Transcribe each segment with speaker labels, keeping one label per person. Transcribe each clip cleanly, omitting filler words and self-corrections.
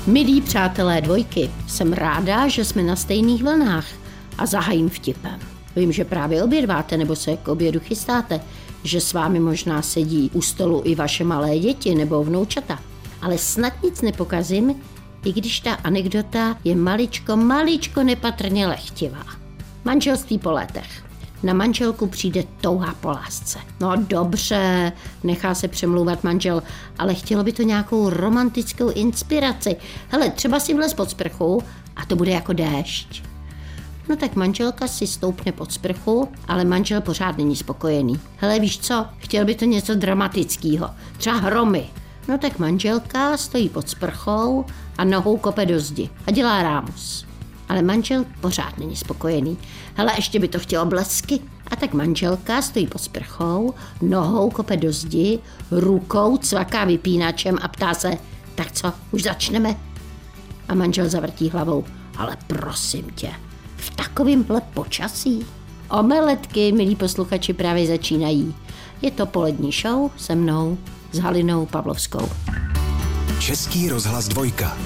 Speaker 1: Milí přátelé dvojky, jsem ráda, že jsme na stejných vlnách a zahajím vtipem. Vím, že právě obědváte nebo se k obědu chystáte, že s vámi možná sedí u stolu i vaše malé děti nebo vnoučata. Ale snad nic nepokazím, i když ta anekdota je maličko nepatrně lehtivá. Manželství po letech. Na manželku přijde touha po lásce. No dobře, nechá se přemlouvat manžel, ale chtělo by to nějakou romantickou inspiraci. Hele, třeba si vlez pod sprchu a to bude jako déšť. No tak manželka si stoupne pod sprchu, ale manžel pořád není spokojený. Hele, víš co, chtěl by to něco dramatického, třeba hromy. No tak manželka stojí pod sprchou a nohou kope do zdi a dělá rámus. Ale manžel pořád není spokojený. Hele, ještě by to chtělo blesky. A tak manželka stojí pod sprchou, nohou kope do zdi, rukou cvaká vypínačem a ptá se, tak co, už začneme? A manžel zavrtí hlavou, ale prosím tě, v takovýmhle počasí? Omeletky, milí posluchači, právě začínají. Je to polední show se mnou, s Halinou Pavlovskou.
Speaker 2: Český rozhlas Dvojka.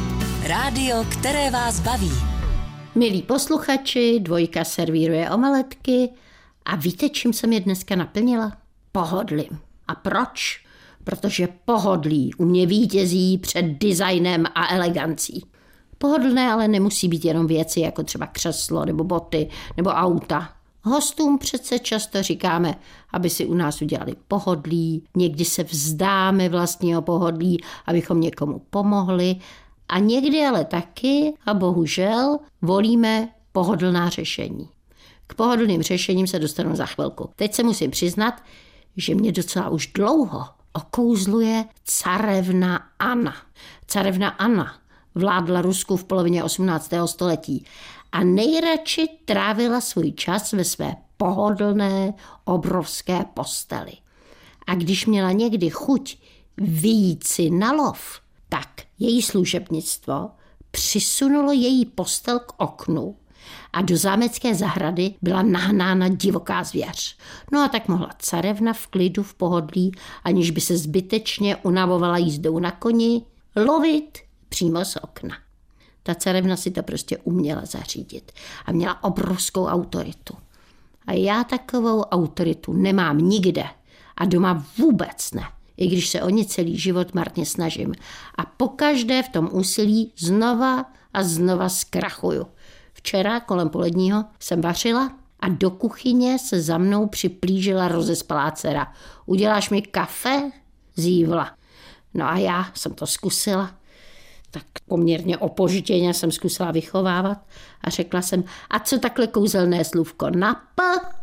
Speaker 3: Rádio, které vás baví.
Speaker 1: Milí posluchači, Dvojka servíruje omeletky a víte, čím jsem je dneska naplnila? Pohodlím. A proč? Protože pohodlí u mě vítězí před designem a elegancí. Pohodlné ale nemusí být jenom věci jako třeba křeslo nebo boty nebo auta. Hostům přece často říkáme, aby si u nás udělali pohodlí, někdy se vzdáme vlastního pohodlí, abychom někomu pomohli a někdy ale taky a bohužel volíme pohodlná řešení. K pohodlným řešením se dostanu za chvilku. Teď se musím přiznat, že mě docela už dlouho okouzluje carevna Anna. Carevna Anna vládla Rusku v polovině 18. století a nejradši trávila svůj čas ve své pohodlné obrovské posteli. A když měla někdy chuť vyjít si na lov, tak její služebnictvo přisunulo její postel k oknu a do zámecké zahrady byla nahnána divoká zvěř. No a tak mohla carevna v klidu, v pohodlí, aniž by se zbytečně unavovala jízdou na koni, lovit přímo z okna. Ta carevna si to prostě uměla zařídit a měla obrovskou autoritu. A já takovou autoritu nemám nikde a doma vůbec ne, i když se o ně celý život marně snažím. A pokaždé v tom úsilí znova a znova zkrachuju. Včera kolem poledního jsem vařila a do kuchyně se za mnou připlížila rozespalá dcera. Uděláš mi kafe? Zívla. No a já jsem to zkusila. Tak poměrně opožděně jsem zkusila vychovávat a řekla jsem, a co takhle kouzelné slůvko na P?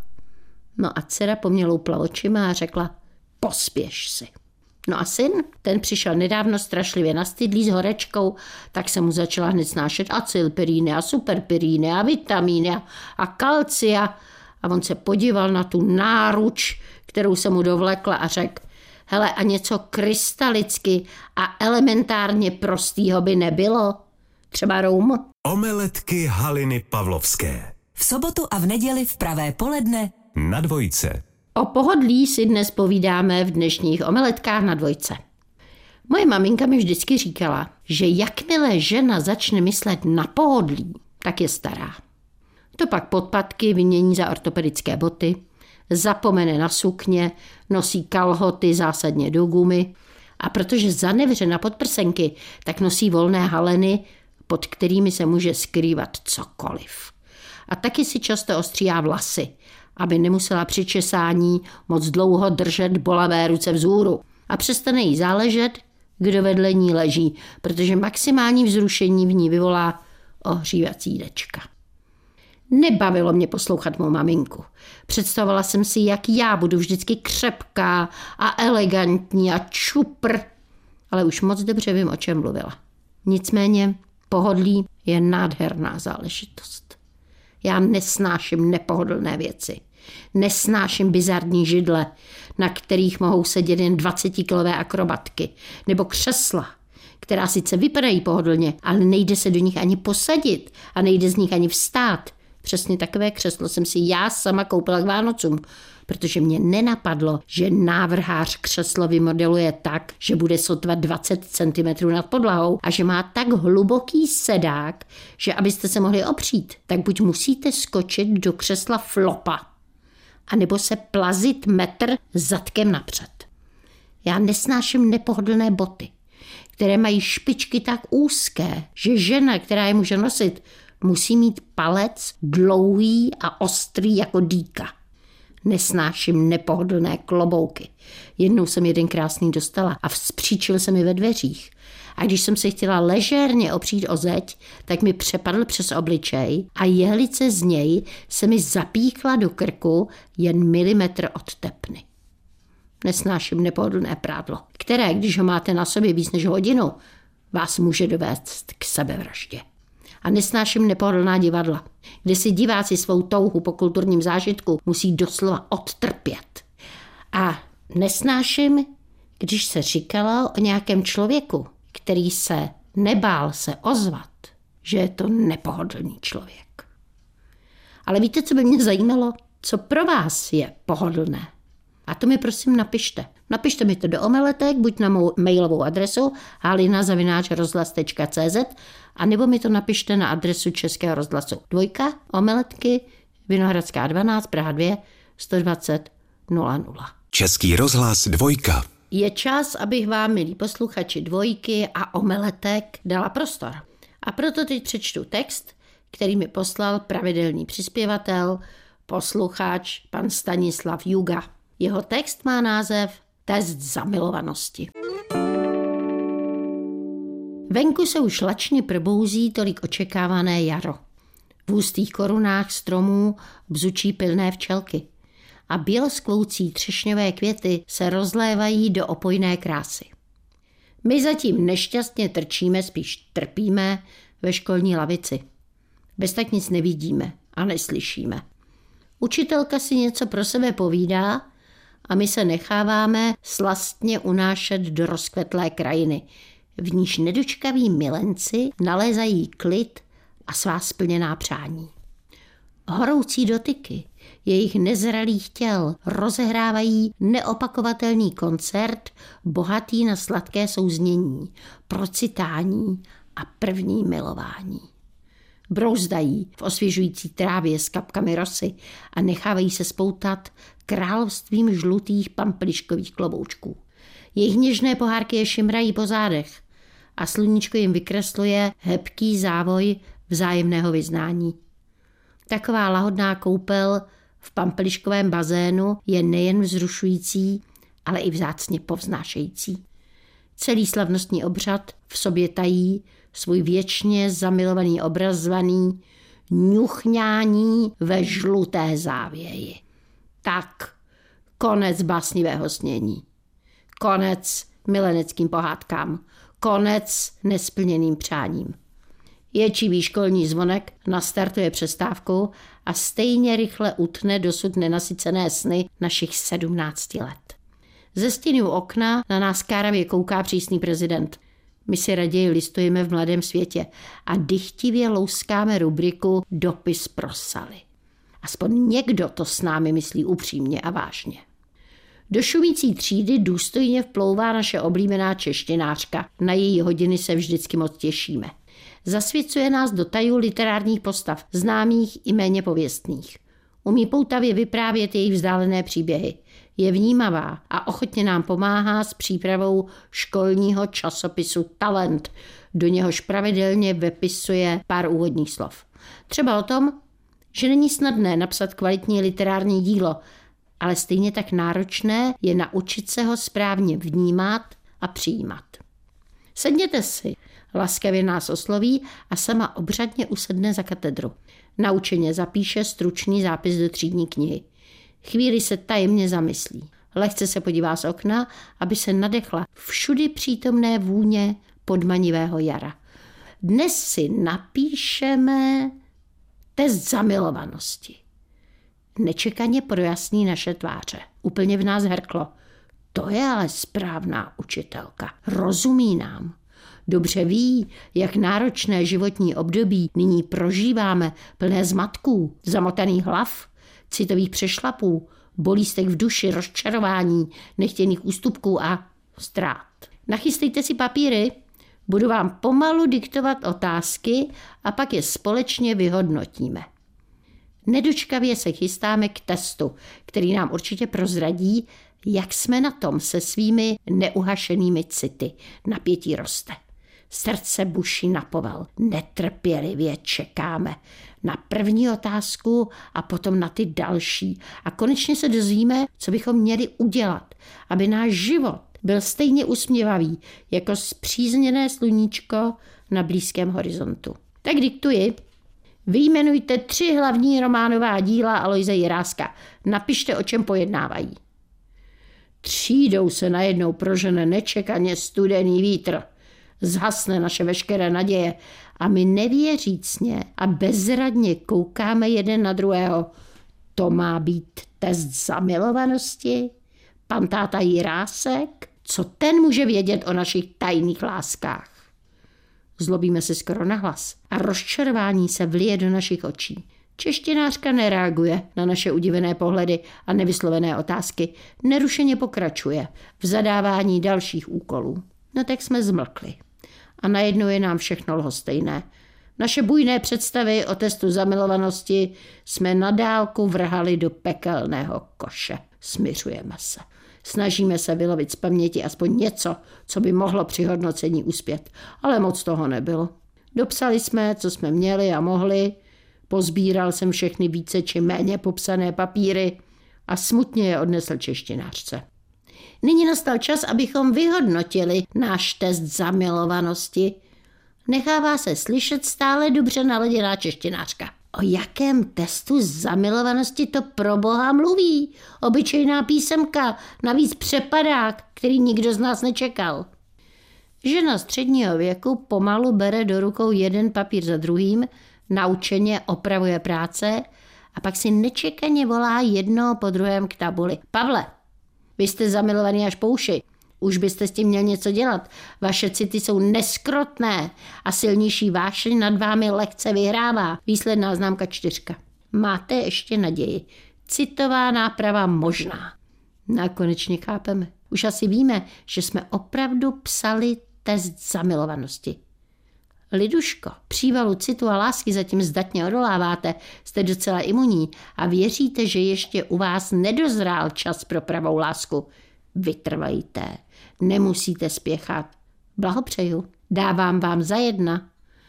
Speaker 1: No a dcera po mně loupla očima a řekla, pospěš si. No a syn, ten přišel nedávno strašlivě nastydlý s horečkou, tak jsem mu začala hned snášet acylpiríny a superpiríny a vitamíny a kalcia. A on se podíval na tu náruč, kterou jsem mu dovlekla a řekl, hele, a něco krystalicky a elementárně prostýho by nebylo? Třeba rum?
Speaker 2: Omeletky Haliny Pavlovské.
Speaker 3: V sobotu a v neděli v pravé poledne
Speaker 2: Na Dvojce.
Speaker 1: O pohodlí si dnes povídáme v dnešních omeletkách na Dvojce. Moje maminka mi vždycky říkala, že jakmile žena začne myslet na pohodlí, tak je stará. To pak podpatky vymění za ortopedické boty, zapomene na sukně, nosí kalhoty zásadně do gumy a protože zanevře na podprsenky, tak nosí volné haleny, pod kterými se může skrývat cokoliv. A taky si často ostříhá vlasy, aby nemusela při česání moc dlouho držet bolavé ruce vzhůru. A přestane jí záležet, kdo vedle ní leží, protože maximální vzrušení v ní vyvolá ohřívací dečka. Nebavilo mě poslouchat mou maminku. Představovala jsem si, jak já budu vždycky křepká a elegantní a čupr, ale už moc dobře vím, o čem mluvila. Nicméně pohodlí je nádherná záležitost. Já nesnáším nepohodlné věci. Nesnáším bizarní židle, na kterých mohou sedět jen 20kilové akrobatky, nebo křesla, která sice vypadají pohodlně, ale nejde se do nich ani posadit a nejde z nich ani vstát. Přesně takové křeslo jsem si já sama koupila k Vánocům, protože mě nenapadlo, že návrhář křeslo vymodeluje tak, že bude sotva 20 cm nad podlahou a že má tak hluboký sedák, že abyste se mohli opřít, tak buď musíte skočit do křesla flopa, anebo se plazit metr zadkem napřed. Já nesnáším nepohodlné boty, které mají špičky tak úzké, že žena, která je může nosit, musí mít palec dlouhý a ostrý jako dýka. Nesnáším nepohodlné klobouky. Jednou jsem jeden krásný dostala a vzpříčil se mi ve dveřích. A když jsem se chtěla ležérně opřít o zeď, tak mi přepadl přes obličej a jehlice z něj se mi zapíchla do krku jen milimetr od tepny. Nesnáším nepohodlné prádlo, které, když ho máte na sobě víc než hodinu, vás může dovést k sebevraždě. A nesnáším nepohodlná divadla, kde si diváci svou touhu po kulturním zážitku musí doslova odtrpět. A nesnáším, když se říkalo o nějakém člověku, který se nebál se ozvat, že je to nepohodlný člověk. Ale víte, co by mě zajímalo? Co pro vás je pohodlné? A to mi prosím napište. Napište mi to do omeletek, buď na mou mailovou adresu halina@rozhlas.cz a nebo mi to napište na adresu Českého rozhlasu 2, Omeletky, Vinohradská 12, Praha 2, 120 00.
Speaker 2: Český rozhlas 2.
Speaker 1: Je čas, abych vám, milí posluchači 2 a Omeletek, dala prostor. A proto teď přečtu text, který mi poslal pravidelný přispěvatel, posluchač, pan Stanislav Juga. Jeho text má název Test zamilovanosti. Venku se už lačně probouzí tolik očekávané jaro. V hustých korunách stromů bzučí pilné včelky a běloskvoucí třešňové květy se rozlévají do opojné krásy. My zatím nešťastně trčíme, spíš trpíme ve školní lavici. Bez tak nic nevidíme a neslyšíme. Učitelka si něco pro sebe povídá a my se necháváme slastně unášet do rozkvetlé krajiny, v níž nedočkaví milenci nalézají klid a svá splněná přání. Horoucí dotyky jejich nezralých těl rozehrávají neopakovatelný koncert, bohatý na sladké souznění, procitání a první milování. Brouzdají v osvěžující trávě s kapkami rosy a nechávají se spoutat královstvím žlutých pampliškových kloboučků. Jejich něžné pohárky je šimrají po zádech a sluníčko jim vykresluje hebký závoj vzájemného vyznání. Taková lahodná koupel v pampliškovém bazénu je nejen vzrušující, ale i vzácně povznášející. Celý slavnostní obřad v sobě tají svůj věčně zamilovaný obraz zvaný ňuchňání ve žluté závěji. Tak, konec básnivého snění. Konec mileneckým pohádkám. Konec nesplněným přáním. Ječivý školní zvonek nastartuje přestávku a stejně rychle utne dosud nenasycené sny našich 17 let. Ze stěny u okna na nás káravě kouká přísný prezident. My si raději listujeme v Mladém světě a dychtivě louskáme rubriku Dopis pro Sally. Aspoň někdo to s námi myslí upřímně a vážně. Do šumící třídy důstojně vplouvá naše oblíbená češtinářka. Na její hodiny se vždycky moc těšíme. Zasvěcuje nás do tajů literárních postav, známých i méně pověstných. Umí poutavě vyprávět jejich vzdálené příběhy. Je vnímavá a ochotně nám pomáhá s přípravou školního časopisu Talent, do něhož pravidelně vypisuje pár úvodních slov. Třeba o tom, že není snadné napsat kvalitní literární dílo, ale stejně tak náročné je naučit se ho správně vnímat a přijímat. Sedněte si, laskavě nás osloví a sama obřadně usedne za katedru. Naučeně zapíše stručný zápis do třídní knihy. Chvíli se tajemně zamyslí. Lehce se podívá z okna, aby se nadechla všudy přítomné vůně podmanivého jara. Dnes si napíšeme test zamilovanosti. Nečekaně projasní naše tváře. Úplně v nás herklo. To je ale správná učitelka. Rozumí nám. dobře ví, jak náročné životní období nyní prožíváme, plné zmatků, zamotaných hlav, citových přešlapů, bolístek v duši, rozčarování, nechtěných ústupků a ztrát. Nachystejte si papíry, budu vám pomalu diktovat otázky a pak je společně vyhodnotíme. Nedočkavě se chystáme k testu, který nám určitě prozradí, jak jsme na tom se svými neuhašenými city. Napětí roste. Srdce buší na povel. Netrpělivě čekáme na první otázku a potom na ty další. A konečně se dozvíme, co bychom měli udělat, aby náš život byl stejně usměvavý jako spřízněné sluníčko na blízkém horizontu. Tak diktuji. Vyjmenujte 3 hlavní románová díla Aloise Jiráska. Napište, o čem pojednávají. Třídou se najednou prožene nečekaně studený vítr. Zhasne naše veškeré naděje a my nevěřícně a bezradně koukáme jeden na druhého. To má být test zamilovanosti? Pan táta Jirásek? Co ten může vědět o našich tajných láskách? Zlobíme se skoro nahlas a rozčarování se vlije do našich očí. Češtinářka nereaguje na naše udivené pohledy a nevyslovené otázky. Nerušeně pokračuje v zadávání dalších úkolů. No tak jsme zmlkli. A najednou je nám všechno lhostejné. Naše bujné představy o testu zamilovanosti jsme na dálku vrhali do pekelného koše. Smiřujeme se. Snažíme se vylovit z paměti aspoň něco, co by mohlo při hodnocení uspět. Ale moc toho nebylo. Dopsali jsme, co jsme měli a mohli. Pozbíral jsem všechny více či méně popsané papíry a smutně je odnesl češtinářce. Nyní nastal čas, abychom vyhodnotili náš test zamilovanosti. Nechává se slyšet stále dobře naladěná češtinářka. O jakém testu zamilovanosti to pro boha mluví? Obyčejná písemka, navíc přepadák, který nikdo z nás nečekal. Žena středního věku pomalu bere do rukou jeden papír za druhým, naučeně opravuje práce a pak si nečekaně volá jednoho po druhém k tabuli. Pavle, vy jste zamilovaný až po uši. Už byste s tím měl něco dělat. Vaše city jsou neskrotné a silnější vášeň nad vámi lehce vyhrává. Výsledná známka 4. Máte ještě naději. Citová náprava možná. A konečně chápeme. Už asi víme, že jsme opravdu psali test zamilovanosti. Liduško, přívalu citu a lásky zatím zdatně odoláváte, jste docela imunní a věříte, že ještě u vás nedozrál čas pro pravou lásku. Vytrvejte, nemusíte spěchat. Blahopřeju, dávám vám za 1.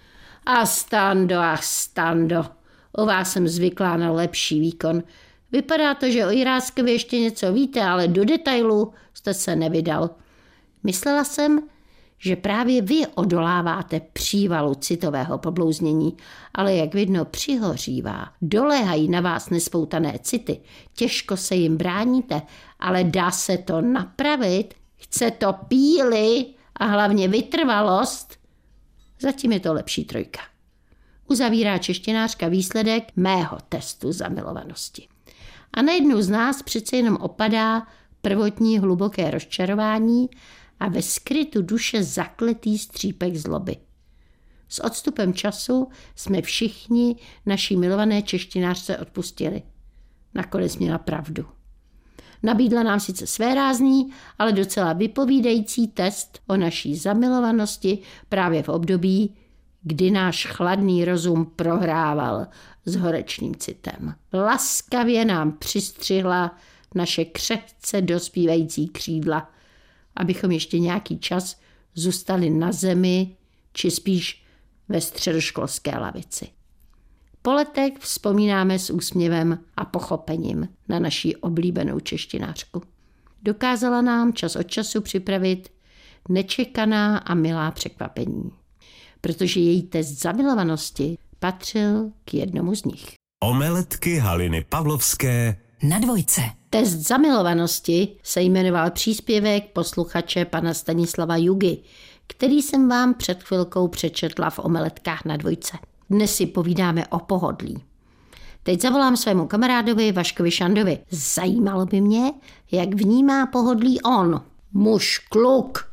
Speaker 1: Stando, u vás jsem zvyklá na lepší výkon. Vypadá to, že o Jiráskovi ještě něco víte, ale do detailu jste se nevydal. Myslela jsem, že právě vy odoláváte přívalu citového poblouznění, ale jak vidno přihořívá, doléhají na vás nespoutané city, těžko se jim bráníte, ale dá se to napravit, chce to píly a hlavně vytrvalost. Zatím je to lepší 3. Uzavírá češtinářka výsledek mého testu zamilovanosti. A najednou z nás přece jenom opadá prvotní hluboké rozčarování a ve skrytu duše zakletý střípek zloby. S odstupem času jsme všichni naší milované češtinářce odpustili. Nakonec měla pravdu. Nabídla nám sice svérázný, ale docela vypovídající test o naší zamilovanosti právě v období, kdy náš chladný rozum prohrával s horečným citem. Laskavě nám přistřihla naše křehce dospívající křídla, abychom ještě nějaký čas zůstali na zemi, či spíš ve středoškolské lavici. Po letech vzpomínáme s úsměvem a pochopením na naší oblíbenou češtinářku. Dokázala nám čas od času připravit nečekaná a milá překvapení, protože její test zamilovanosti patřil k jednomu z nich.
Speaker 2: Omeletky Haliny Pavlovské
Speaker 3: na Dvojce.
Speaker 1: Test zamilovanosti se jmenoval příspěvek posluchače pana Stanislava Jugy, který jsem vám před chvilkou přečetla v Omeletkách na Dvojce. Dnes si povídáme o pohodlí. Teď zavolám svému kamarádovi Vaškovi Šandovi. Zajímalo by mě, jak vnímá pohodlí on, muž, kluk,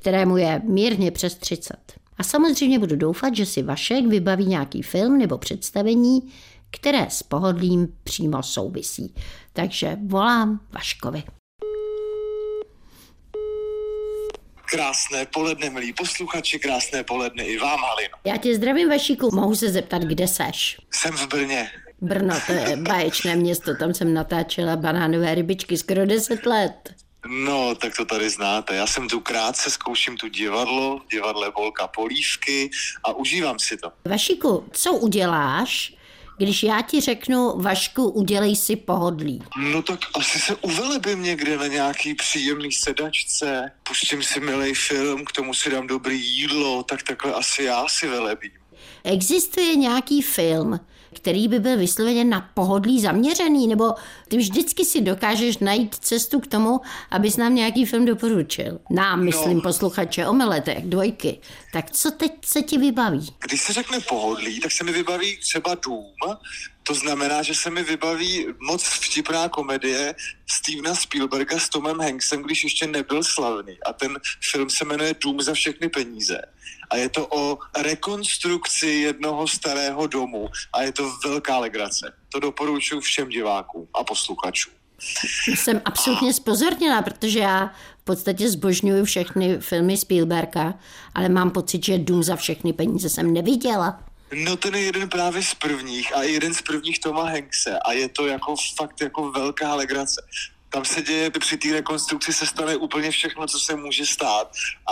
Speaker 1: kterému je mírně přes 30. A samozřejmě budu doufat, že si Vašek vybaví nějaký film nebo představení, které s pohodlím přímo souvisí. Takže volám Vaškovi.
Speaker 4: Krásné poledne, milí posluchači, krásné poledne i vám, Halino.
Speaker 1: Já tě zdravím, Vašíku, mohu se zeptat, kde seš?
Speaker 4: Jsem v Brně.
Speaker 1: Brno, to je báječné město, tam jsem natáčela Banánové rybičky skoro 10 let.
Speaker 4: No, tak to tady znáte. Já jsem tu krátce, zkouším tu divadle Bolka Polívky a užívám si to.
Speaker 1: Vašíku, co uděláš, když já ti řeknu, Vašku, udělej si pohodlí?
Speaker 4: No tak asi se uvelebím někde na nějaký příjemný sedačce, pustím si milej film, k tomu si dám dobrý jídlo, tak takhle asi já si velebím.
Speaker 1: Existuje nějaký film, který by byl vysloveně na pohodlí zaměřený, nebo ty vždycky si dokážeš najít cestu k tomu, abys nám nějaký film doporučil? Nám, myslím, posluchače, Omeletech, Dvojky. Tak co teď se ti vybaví?
Speaker 4: Když se řekne pohodlí, tak se mi vybaví třeba Dům. To znamená, že se mi vybaví moc vtipná komedie Stevena Spielberga s Tomem Hanksem, když ještě nebyl slavný. A ten film se jmenuje Dům za všechny peníze. A je to o rekonstrukci jednoho starého domu. A je to velká legrace. To doporučuji všem divákům a posluchačům.
Speaker 1: Jsem absolutně zpozorněla, protože já v podstatě zbožňuju všechny filmy Spielberga, ale mám pocit, že Dům za všechny peníze jsem neviděla.
Speaker 4: No ten je jeden právě z prvních a jeden z prvních Toma Hankse a je to jako fakt jako velká legrace. Tam se děje, při té rekonstrukci se stane úplně všechno, co se může stát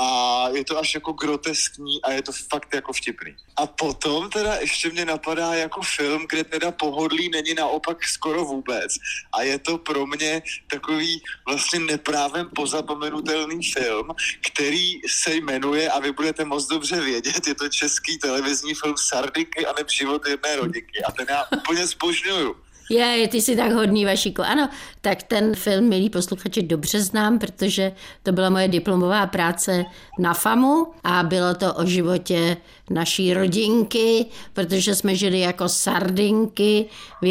Speaker 4: a je to až jako groteskní a je to fakt jako vtipný. A potom teda ještě mě napadá jako film, kde teda pohodlí není naopak skoro vůbec a je to pro mě takový vlastně neprávem pozapomenutelný film, který se jmenuje, a vy budete moc dobře vědět, je to český televizní film Sardinky aneb Život jedné rodinky a ten já úplně zbožňuju.
Speaker 1: Ty jsi tak hodný, Vašíku. Ano, tak ten film, milí posluchači, dobře znám, protože to byla moje diplomová práce na FAMu a bylo to o životě naší rodinky, protože jsme žili jako sardinky v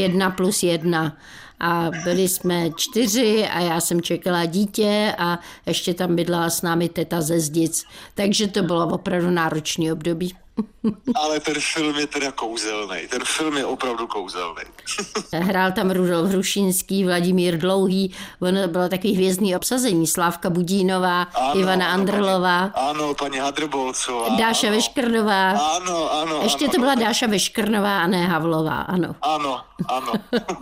Speaker 1: 1+1. A byli jsme 4 a já jsem čekala dítě a ještě tam bydlela s námi teta ze Zdic. Takže to bylo opravdu náročný období.
Speaker 4: Ale ten film je teda kouzelnej. Ten film je opravdu kouzelnej.
Speaker 1: Hrál tam Rudolf Hrušínský, Vladimír Dlouhý, ono bylo takový hvězdný obsazení. Slávka Budínová, ano, Ivana Andrlová.
Speaker 4: Ano, paní Hadrbolcová.
Speaker 1: Dáša Veškrnová.
Speaker 4: Ano.
Speaker 1: Ještě to byla Dáša Veškrnová a ne Havlová, ano.
Speaker 4: Ano.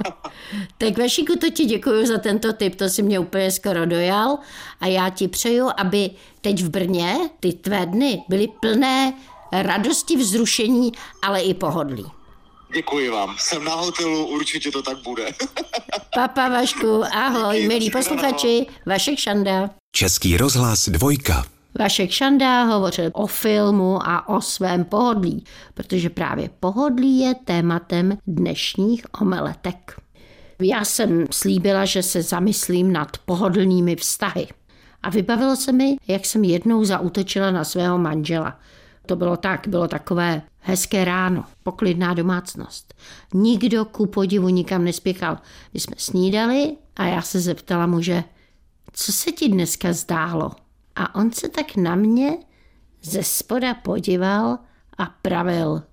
Speaker 1: Tak Vašíku, to ti děkuju za tento tip, to si mě úplně skoro dojal a já ti přeju, aby teď v Brně ty tvé dny byly plné radosti, vzrušení, ale i pohodlí.
Speaker 4: Děkuji vám. Jsem na hotelu, určitě to tak bude.
Speaker 1: Papa Vašku, ahoj, milí posluchači, Vašek Šanda.
Speaker 2: Český rozhlas Dvojka.
Speaker 1: Vašek Šanda hovořil o filmu a o svém pohodlí, protože právě pohodlí je tématem dnešních omeletek. Já jsem slíbila, že se zamyslím nad pohodlnými vztahy. A vybavilo se mi, jak jsem jednou zaútočila na svého manžela. To bylo takové hezké ráno, poklidná domácnost. Nikdo ku podivu nikam nespěchal. My jsme snídali a já se zeptala muže, co se ti dneska zdálo? A on se tak na mě ze spoda podíval a pravil,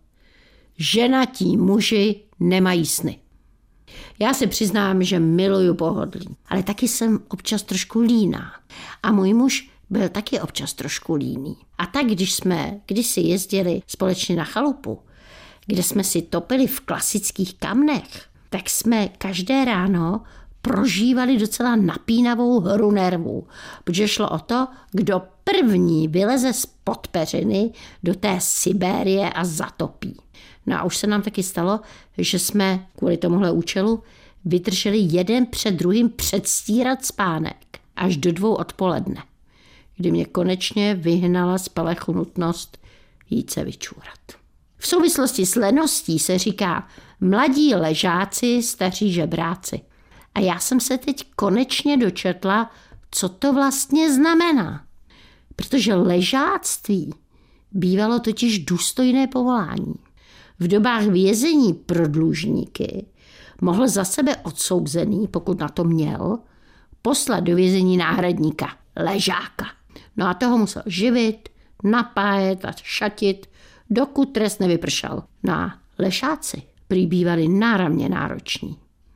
Speaker 1: ženatí muži nemají sny. Já se přiznám, že miluju pohodlí, ale taky jsem občas trošku líná. A můj muž byl taky občas trošku líný. A tak, když jsme kdysi jezdili společně na chalupu, kde jsme si topili v klasických kamnech, tak jsme každé ráno prožívali docela napínavou hru nervů, protože šlo o to, kdo první vyleze spod peřiny do té Sibérie a zatopí. No a už se nám taky stalo, že jsme kvůli tomuhle účelu vydrželi jeden před druhým předstírat spánek až do 2 odpoledne, kdy mě konečně vyhnala z pelechu nutnost jít se vyčůrat. V souvislosti s leností se říká mladí ležáci, staří žebráci. A já jsem se teď konečně dočetla, co to vlastně znamená. Protože ležáctví bývalo totiž důstojné povolání. V dobách vězení pro dlužníky mohl za sebe odsouzený, pokud na to měl, poslat do vězení náhradníka, ležáka. No a toho musel živit, napájet a šatit, dokud trest nevypršel. No a lešáci prý bývali náramně nároční.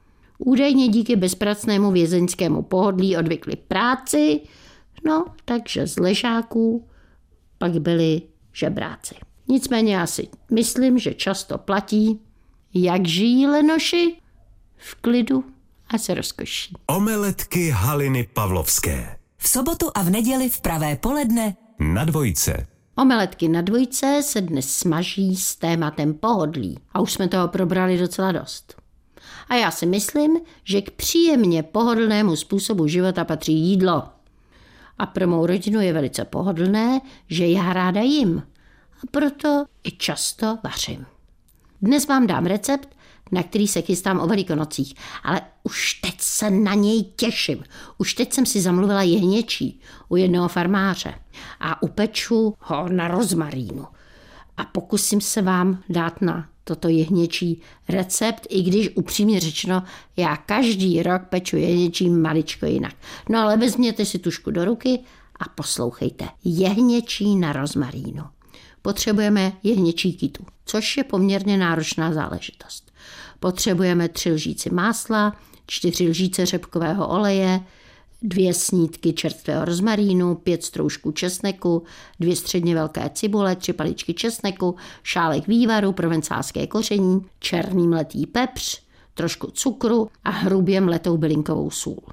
Speaker 1: Údajně díky bezpracnému vězeňskému pohodlí odvykli práci, no takže z ležáků pak byli žebráci. Nicméně já si myslím, že často platí, jak žijí lenoši, v klidu a se rozkoší.
Speaker 2: Omeletky Haliny Pavlovské.
Speaker 3: V sobotu a v neděli v pravé poledne
Speaker 2: Na Dvojce.
Speaker 1: Omeletky na Dvojce se dnes smaží s tématem pohodlí. A už jsme toho probrali docela dost. A já si myslím, že k příjemně pohodlnému způsobu života patří jídlo. A pro mou rodinu je velice pohodlné, že já ráda jim. A proto i často vařím. Dnes vám dám recept, na který se chystám o Velikonocích, ale už teď se na něj těším. Už teď jsem si zamluvila jehněčí u jednoho farmáře a upeču ho na rozmarínu. A pokusím se vám dát na toto jehněčí recept, i když upřímně řečeno, já každý rok peču jehněčí maličko jinak. No ale vezměte si tušku do ruky a poslouchejte. Jehněčí na rozmarínu. Potřebujeme jehněčí kytu, což je poměrně náročná záležitost. Potřebujeme 3 lžíci másla, 4 lžíce řepkového oleje, 2 snídky čerstvého rozmarínu, 5 stroužků česneku, 2 středně velké cibule, 3 paličky česneku, šálek vývaru, provencálské koření, černý mletý pepř, trošku cukru a hrubě mletou bylinkovou sůl.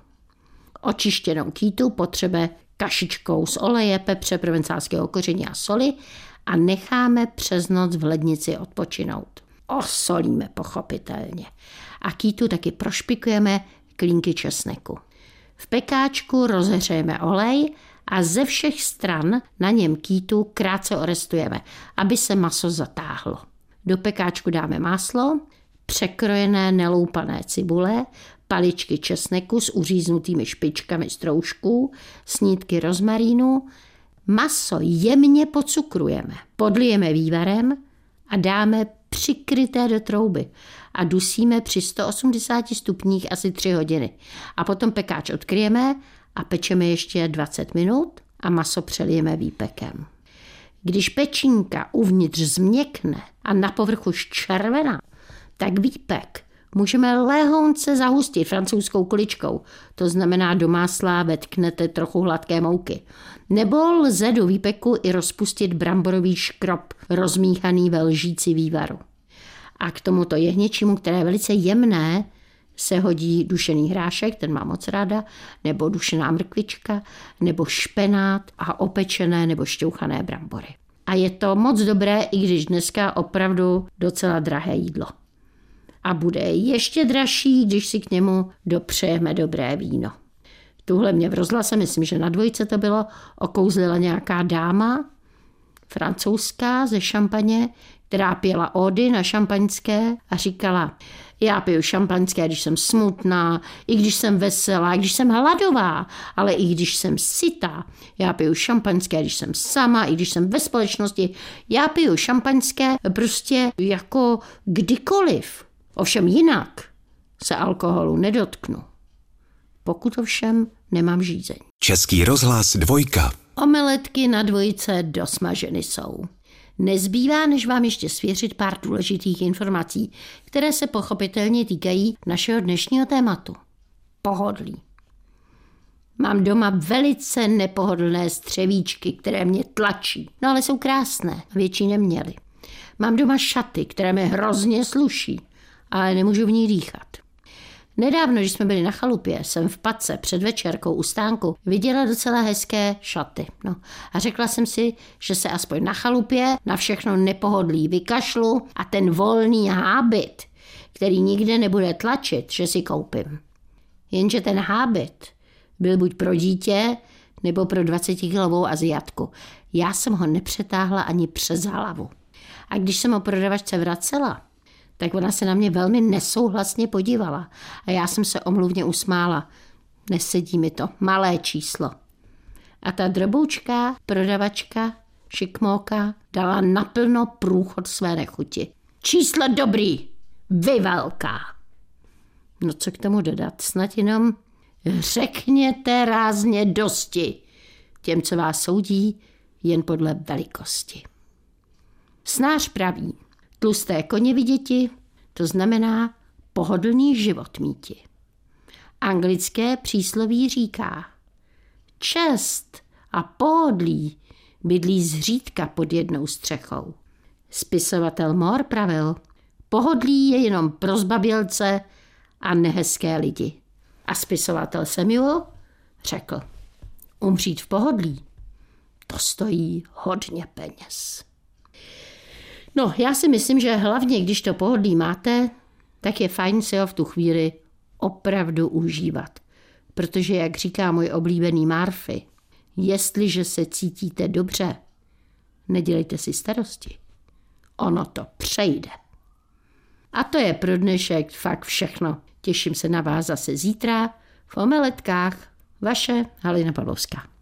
Speaker 1: Očištěnou kýtu potřebe kašičkou z oleje, pepře, provencálského koření a soli a necháme přes noc v lednici odpočinout. Osolíme pochopitelně. A kýtu taky prošpikujeme klínky česneku. V pekáčku rozehřejeme olej a ze všech stran na něm kýtu krátce orestujeme, aby se maso zatáhlo. Do pekáčku dáme máslo, překrojené neloupané cibule, paličky česneku s uříznutými špičkami stroužků, snídky rozmarínu. Maso jemně pocukrujeme, podlijeme vývarem a dáme přikryté do trouby a dusíme při 180 stupních asi 3 hodiny. A potom pekáč odkryjeme a pečeme ještě 20 minut a maso přelijeme výpekem. Když pečínka uvnitř změkne a na povrchu červená, tak výpek můžeme lehonce zahustit francouzskou kuličkou, to znamená do másla vetknete trochu hladké mouky. Nebo lze do výpeku i rozpustit bramborový škrob, rozmíchaný ve lžíci vývaru. A k tomuto jehněčímu, které je velice jemné, se hodí dušený hrášek, ten mám moc ráda, nebo dušená mrkvička, nebo špenát a opečené nebo šťouchané brambory. A je to moc dobré, i když dneska opravdu docela drahé jídlo. A bude ještě dražší, když si k němu dopřejeme dobré víno. Tuhle mě v rozhlase, myslím, že na Dvojce to bylo, okouzlila nějaká dáma, francouzská ze Šampaně, která pěla ódy na šampaňské a říkala, já piju šampaňské, když jsem smutná, i když jsem veselá, i když jsem hladová, ale i když jsem sytá. Já piju šampaňské, když jsem sama, i když jsem ve společnosti. Já piju šampaňské prostě jako kdykoliv. Ovšem jinak se alkoholu nedotknu. Pokud ovšem nemám žízeň.
Speaker 2: Český rozhlas Dvojka.
Speaker 1: Omeletky na Dvojce dosmaženy jsou. Nezbývá, než vám ještě svěřit pár důležitých informací, které se pochopitelně týkají našeho dnešního tématu. Pohodlí. Mám doma velice nepohodlné střevíčky, které mě tlačí, no ale jsou krásné a větší neměly. Mám doma šaty, které mi hrozně sluší, ale nemůžu v ní dýchat. Nedávno, když jsme byli na chalupě, jsem v patce před večerkou u stánku viděla docela hezké šaty. No, a řekla jsem si, že se aspoň na chalupě na všechno nepohodlí vykašlu a ten volný hábit, který nikde nebude tlačit, že si koupím. Jenže ten hábit byl buď pro dítě, nebo pro 20kilovou Aziatku. Já jsem ho nepřetáhla ani přes hlavu. A když jsem ho prodavačce vracela, tak ona se na mě velmi nesouhlasně podívala a já jsem se omluvně usmála. Nesedí mi to, malé číslo. A ta droboučká prodavačka, šikmóka, dala naplno průchod své nechuti. Číslo dobrý, vy velká. No co k tomu dodat, snad jenom řekněte rázně dosti. těm, co vás soudí, jen podle velikosti. Snář praví, tlusté koně viděti, to znamená pohodlný život míti. Anglické přísloví říká, čest a pohodlí bydlí zřídka pod jednou střechou. Spisovatel Moore pravil, pohodlí je jenom pro zbabělce a nehezké lidi. A spisovatel Samuel řekl, umřít v pohodlí, to stojí hodně peněz. No, já si myslím, že hlavně, když to pohodlí máte, tak je fajn si ho v tu chvíli opravdu užívat. Protože, jak říká můj oblíbený Murphy, jestliže se cítíte dobře, nedělejte si starosti. Ono to přejde. A to je pro dnešek fakt všechno. Těším se na vás zase zítra v Omeletkách. Vaše Halina Pavlovská.